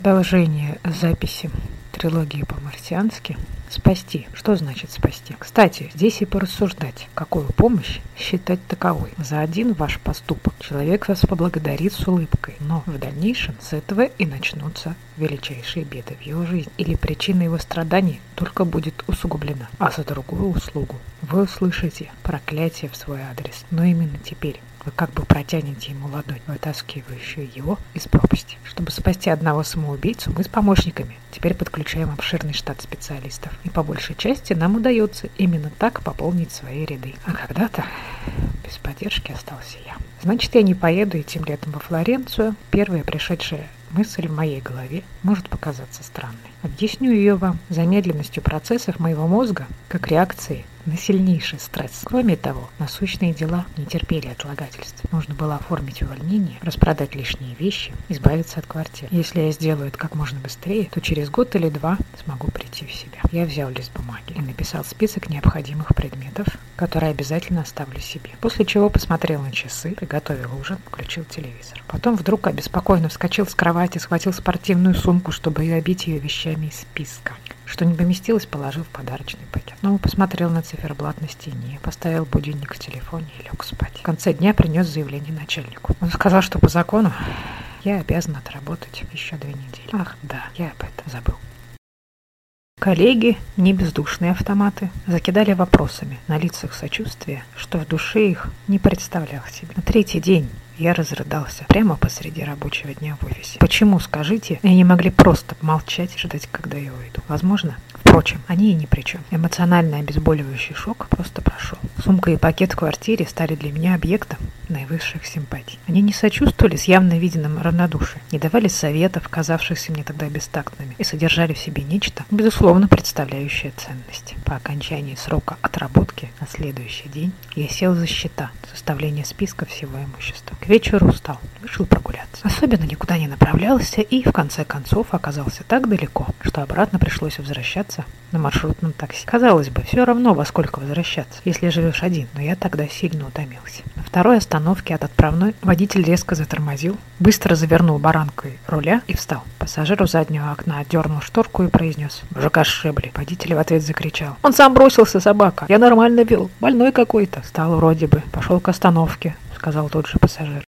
Продолжение записи трилогии по-марсиански. Спасти. Что значит спасти? Кстати, здесь и порассуждать, какую помощь считать таковой. За один ваш поступок человек вас поблагодарит с улыбкой, но в дальнейшем с этого и начнутся величайшие беды в его жизни, или причина его страданий только будет усугублена. А за другую услугу вы услышите проклятие в свой адрес. Но именно теперь вы как бы протянете ему ладонь, вытаскивающую его из пропасти. Чтобы спасти одного самоубийцу, мы с помощниками теперь подключаем обширный штат специалистов. И по большей части нам удается именно так пополнить свои ряды. А когда-то без поддержки остался я. Значит, я не поеду этим летом во Флоренцию. Первая пришедшая мысль в моей голове может показаться странной. Объясню ее вам замедленностью процессов моего мозга как реакции на сильнейший стресс. Кроме того, насущные дела не терпели отлагательств. Нужно было оформить увольнение, распродать лишние вещи, избавиться от квартиры. Если я сделаю это как можно быстрее, то через год или два смогу прийти в себя. Я взял лист бумаги и написал список необходимых предметов, которые обязательно оставлю себе. После чего посмотрел на часы, приготовил ужин, включил телевизор. Потом вдруг обеспокоенно вскочил с кровати, схватил спортивную сумку, чтобы обить ее вещами из списка. Что не поместилось, положил в подарочный пакет. Снова посмотрел на циферблат на стене, поставил будильник в телефоне и лег спать. В конце дня принес заявление начальнику. Он сказал, что по закону я обязан отработать еще 2 недели. Ах, да, я об этом забыл. Коллеги, не бездушные автоматы, закидали вопросами, на лицах сочувствия, что в душе их не представлял себе. На 3-й день я разрыдался прямо посреди рабочего дня в офисе. Почему, скажите, они не могли просто молчать и ждать, когда я уйду? Возможно. Впрочем, они и ни при чем. Эмоциональный обезболивающий шок просто прошел. Сумка и пакет в квартире стали для меня объектом наивысших симпатий. Они не сочувствовали с явно виденным равнодушием, не давали советов, казавшихся мне тогда бестактными, и содержали в себе нечто, безусловно, представляющее ценность. По окончании срока отработки на следующий день я сел за счета, составление списка всего имущества. К вечеру устал, вышел прогуляться. Особенно никуда не направлялся и, в конце концов, оказался так далеко, что обратно пришлось возвращаться на маршрутном такси. Казалось бы, все равно во сколько возвращаться, если живешь один, но я тогда сильно утомился. На второй остановке от отправной водитель резко затормозил, быстро завернул баранкой руля и встал. Пассажир у заднего окна отдернул шторку и произнес: «Мужика сшибли». Водитель в ответ закричал: «Он сам бросился, собака! Я нормально вел, больной какой-то». «Встал вроде бы, пошел к остановке», — сказал тот же пассажир.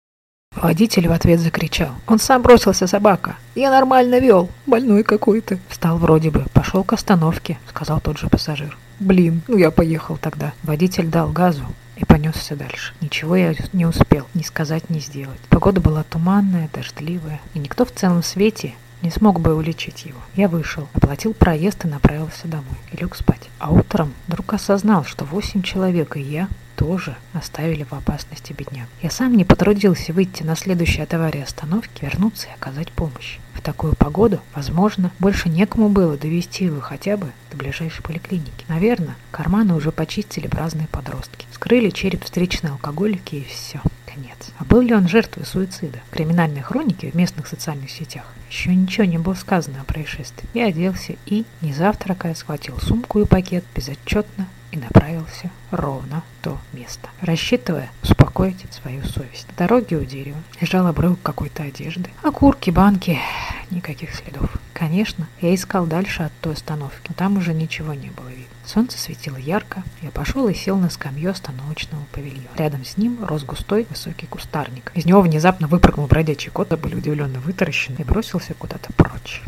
Водитель в ответ закричал: «Он сам бросился, собака! Я нормально вел, больной какой-то». «Встал вроде бы, пошел к остановке», — сказал тот же пассажир. «Блин, ну я поехал тогда». Водитель дал газу и понесся дальше. Ничего я не успел ни сказать, ни сделать. Погода была туманная, дождливая, и никто в целом свете не смог бы уличить его. Я вышел, оплатил проезд и направился домой. И лег спать. А утром вдруг осознал, что 8 человек и я тоже оставили в опасности бедняк. Я сам не потрудился выйти на следующей от аварии остановке, вернуться и оказать помощь. В такую погоду, возможно, больше некому было довести его хотя бы до ближайшей поликлиники. Наверное, карманы уже почистили праздные подростки. Вскрыли череп встречной алкоголики и все. Конец. А был ли он жертвой суицида? В криминальной хронике в местных социальных сетях еще ничего не было сказано о происшествии. Я оделся и, не завтракая, схватил сумку и пакет безотчетно и направился ровно в то место, рассчитывая успокоить свою совесть. На дороге у дерева лежал обрывок какой-то одежды, окурки, банки, никаких следов. Конечно, я искал дальше от той остановки, но там уже ничего не было видно. Солнце светило ярко, я пошел и сел на скамью остановочного павильона. Рядом с ним рос густой высокий кустарник. Из него внезапно выпрыгнул бродячий кот, были удивленно вытаращены, и бросился куда-то прочь.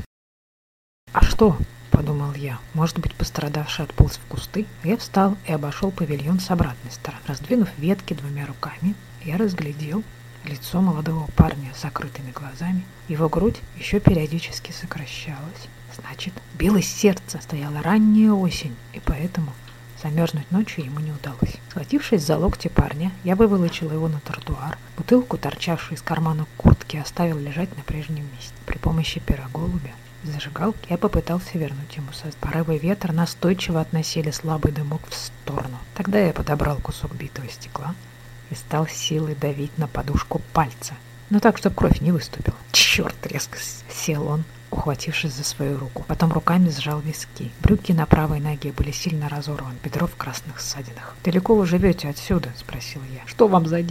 «А что?» — подумал я. Может быть, пострадавший отполз в кусты? Я встал и обошел павильон с обратной стороны. Раздвинув ветки 2 руками, я разглядел лицо молодого парня с закрытыми глазами. Его грудь еще периодически сокращалась. Значит, билось сердце. Стояла ранняя осень, и поэтому замерзнуть ночью ему не удалось. Схватившись за локти парня, я выволочил его на тротуар. Бутылку, торчавшую из кармана куртки, оставил лежать на прежнем месте. При помощи пера голубя зажигалки я попытался вернуть ему сознание. Порывы ветра настойчиво относили слабый дымок в сторону. Тогда я подобрал кусок битого стекла и стал силой давить на подушку пальца, но так, чтобы кровь не выступила. «Черт!» — резко сел он, ухватившись за свою руку. Потом руками сжал виски. Брюки на правой ноге были сильно разорваны, бедро в красных ссадинах. «Далеко вы живете отсюда?» — спросил я. «Что вам за дело?»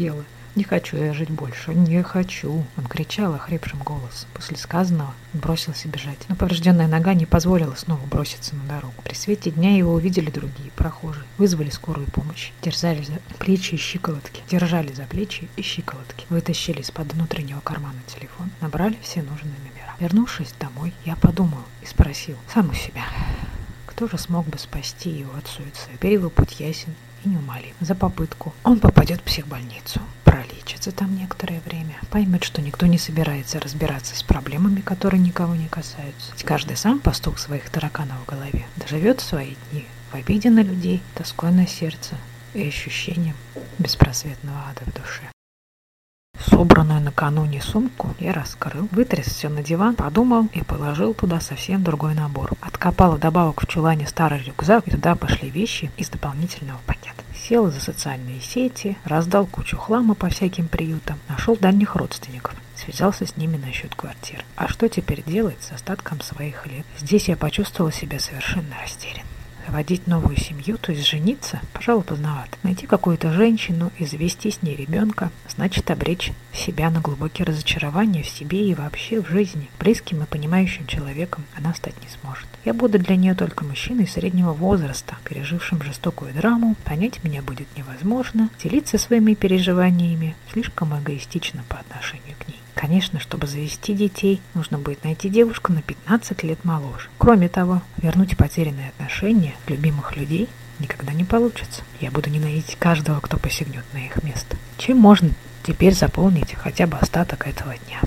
Не хочу я жить больше, не хочу. Он кричал охрипшим голосом. После сказанного он бросился бежать. Но поврежденная нога не позволила снова броситься на дорогу. При свете дня его увидели другие прохожие. Вызвали скорую помощь. Держали за плечи и щиколотки. Вытащили из-под внутреннего кармана телефон. Набрали все нужные номера. Вернувшись домой, я подумал и спросил сам у себя, кто же смог бы спасти его от суицида. Теперь его путь ясен и неумолим. За попытку он попадет в психбольницу, пролечится там некоторое время, поймет, что никто не собирается разбираться с проблемами, которые никого не касаются. Ведь каждый сам пастух своих тараканов в голове, доживет свои дни в обиде на людей, тоской на сердце и ощущением беспросветного ада в душе. Собранную накануне сумку я раскрыл, вытряс все на диван, подумал и положил туда совсем другой набор. Откопал добавок в чулане старый рюкзак, и туда пошли вещи из дополнительного пакета. Сел за социальные сети, раздал кучу хлама по всяким приютам, нашел дальних родственников, связался с ними насчет квартир. А что теперь делать с остатком своих лет? Здесь я почувствовал себя совершенно растерян. Заводить новую семью, то есть жениться, пожалуй, поздновато. Найти какую-то женщину и завести с ней ребенка, значит обречь себя на глубокие разочарования в себе и вообще в жизни. Близким и понимающим человеком она стать не сможет. Я буду для нее только мужчиной среднего возраста, пережившим жестокую драму. Понять меня будет невозможно, делиться своими переживаниями слишком эгоистично по отношению к ней. Конечно, чтобы завести детей, нужно будет найти девушку на 15 лет моложе. Кроме того, вернуть потерянные отношения любимых людей никогда не получится. Я буду ненавидеть каждого, кто посягнет на их место. Чем можно теперь заполнить хотя бы остаток этого дня?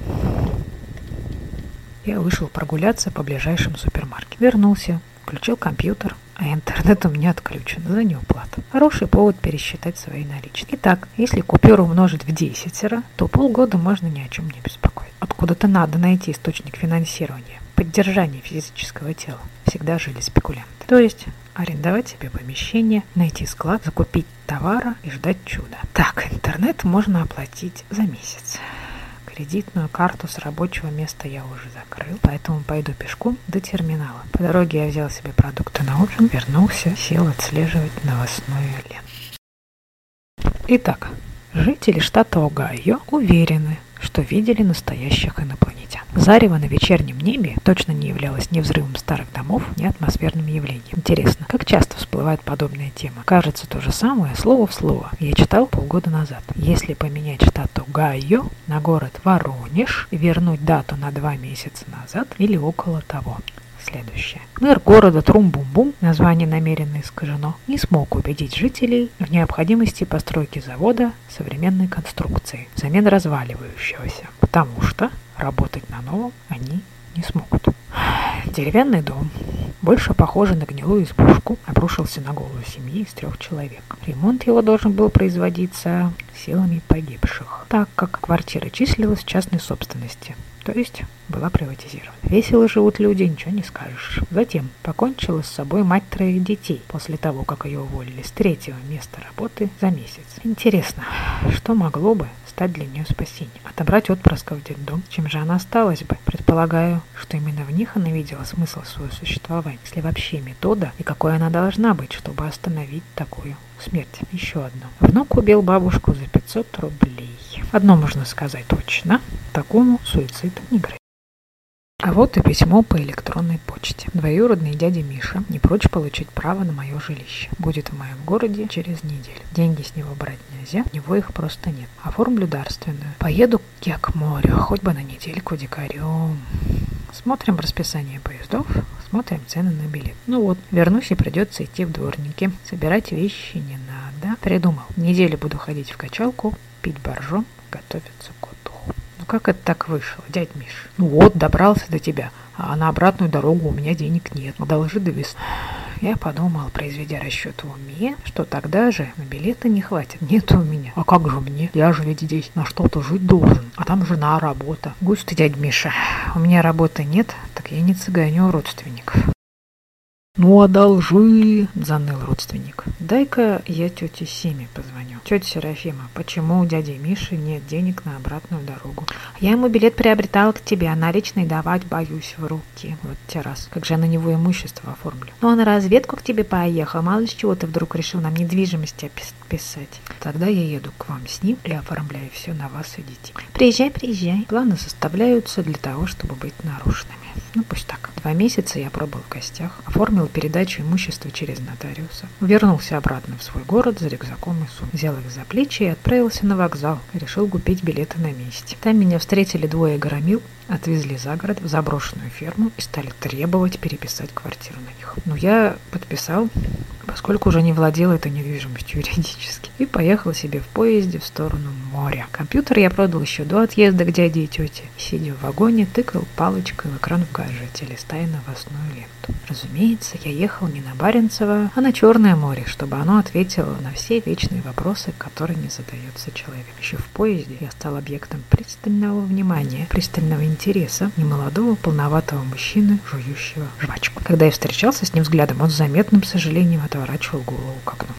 Я вышел прогуляться по ближайшим супермаркетам. Вернулся, включил компьютер, а интернет у меня отключен за неуплату. Хороший повод пересчитать свои наличные. Итак, если купюру умножить в 10, то полгода можно ни о чем не беспокоить. Откуда-то надо найти источник финансирования, поддержания физического тела. Всегда жили спекулянты. То есть арендовать себе помещение, найти склад, закупить товара и ждать чуда. Так, интернет можно оплатить за месяц. Кредитную карту с рабочего места я уже закрыл, поэтому пойду пешком до терминала. По дороге я взял себе продукты на ужин, вернулся, сел отслеживать новостную ленту. Итак, жители штата Огайо уверены, что видели настоящих инопланетян. Зарево на вечернем небе точно не являлось ни взрывом старых домов, ни атмосферным явлением. Интересно, как часто всплывает подобная тема? Кажется, то же самое, слово в слово. Я читал полгода назад. Если поменять штат Огайо на город Воронеж и вернуть дату на 2 месяца назад или около того. Следующее. Мэр города Трум-Бум-Бум, название намеренно искажено, не смог убедить жителей в необходимости постройки завода современной конструкции взамен разваливающегося, потому что работать на новом они не смогут. Деревянный дом, больше похожий на гнилую избушку, обрушился на голову семьи из 3 человек. Ремонт его должен был производиться силами погибших, так как квартира числилась в частной собственности, то есть была приватизирована. Весело живут люди, ничего не скажешь. Затем покончила с собой мать 3 детей после того, как ее уволили с 3-го места работы за месяц. Интересно, что могло бы стать для нее спасением? Отобрать отпрысков в детдом? Чем же она осталась бы? Предполагаю, что именно в них она видела смысл своего существования, если вообще метода и какой она должна быть, чтобы остановить такую смерть. Еще одно. Внук убил бабушку за 500 рублей. Одно можно сказать точно, такому суицид не грозит. А вот и письмо по электронной почте. Двоюродный дядя Миша не прочь получить право на мое жилище. Будет в моем городе через неделю. Деньги с него брать нельзя, у него их просто нет. Оформлю дарственную. Поеду я к морю, хоть бы на недельку дикарем. Смотрим расписание поездов, смотрим цены на билет. Ну вот, вернусь и придется идти в дворники. Собирать вещи не надо. Придумал. Неделю буду ходить в качалку, пить боржом, готовиться к отдыху. Ну как это так вышло, дядь Миш? Ну вот, добрался до тебя, а на обратную дорогу у меня денег нет. Одолжи до весны. Я подумал, произведя расчет в уме, что тогда же на билеты не хватит. Нет у меня. А как же мне? Я же ведь здесь на что-то жить должен. А там жена, работа. Гусь ты, дядь Миша. У меня работы нет, так я не цыганю у родственников. «Ну, одолжи!» – заныл родственник. «Дай-ка я тете Симе позвоню». «Тетя Серафима, почему у дяди Миши нет денег на обратную дорогу?» «Я ему билет приобретала к тебе, а наличные давать боюсь в руки». «Вот те раз. Как же я на него имущество оформлю?» «Ну, а на разведку к тебе поехал. Мало ли с чего ты вдруг решил нам недвижимости описать». «Тогда я еду к вам с ним и оформляю все на вас и детей». «Приезжай, приезжай». Планы составляются для того, чтобы быть нарушенными. Ну, пусть так. 2 месяца я пробыл в гостях, оформил передачу имущества через нотариуса, вернулся обратно в свой город за рюкзаком и сумкой, взял их за плечи и отправился на вокзал. Решил купить билеты на месте. Там меня встретили 2 громил, отвезли за город в заброшенную ферму и стали требовать переписать квартиру на них. Но я подписал, поскольку уже не владел этой недвижимостью юридически, и поехал себе в поезде в сторону моря. Компьютер я продал еще до отъезда к дяде и тете. Сидя в вагоне, тыкал палочкой в экран в гаджете, листая новостную ленту. Разумеется, я ехал не на Баренцево, а на Черное море, чтобы оно ответило на все вечные вопросы, которые не задается человек. Еще в поезде я стал объектом пристального внимания, пристального интереса немолодого полноватого мужчины, жующего жвачку. Когда я встречался с ним взглядом, он с заметным сожалением отворачивал голову к окну.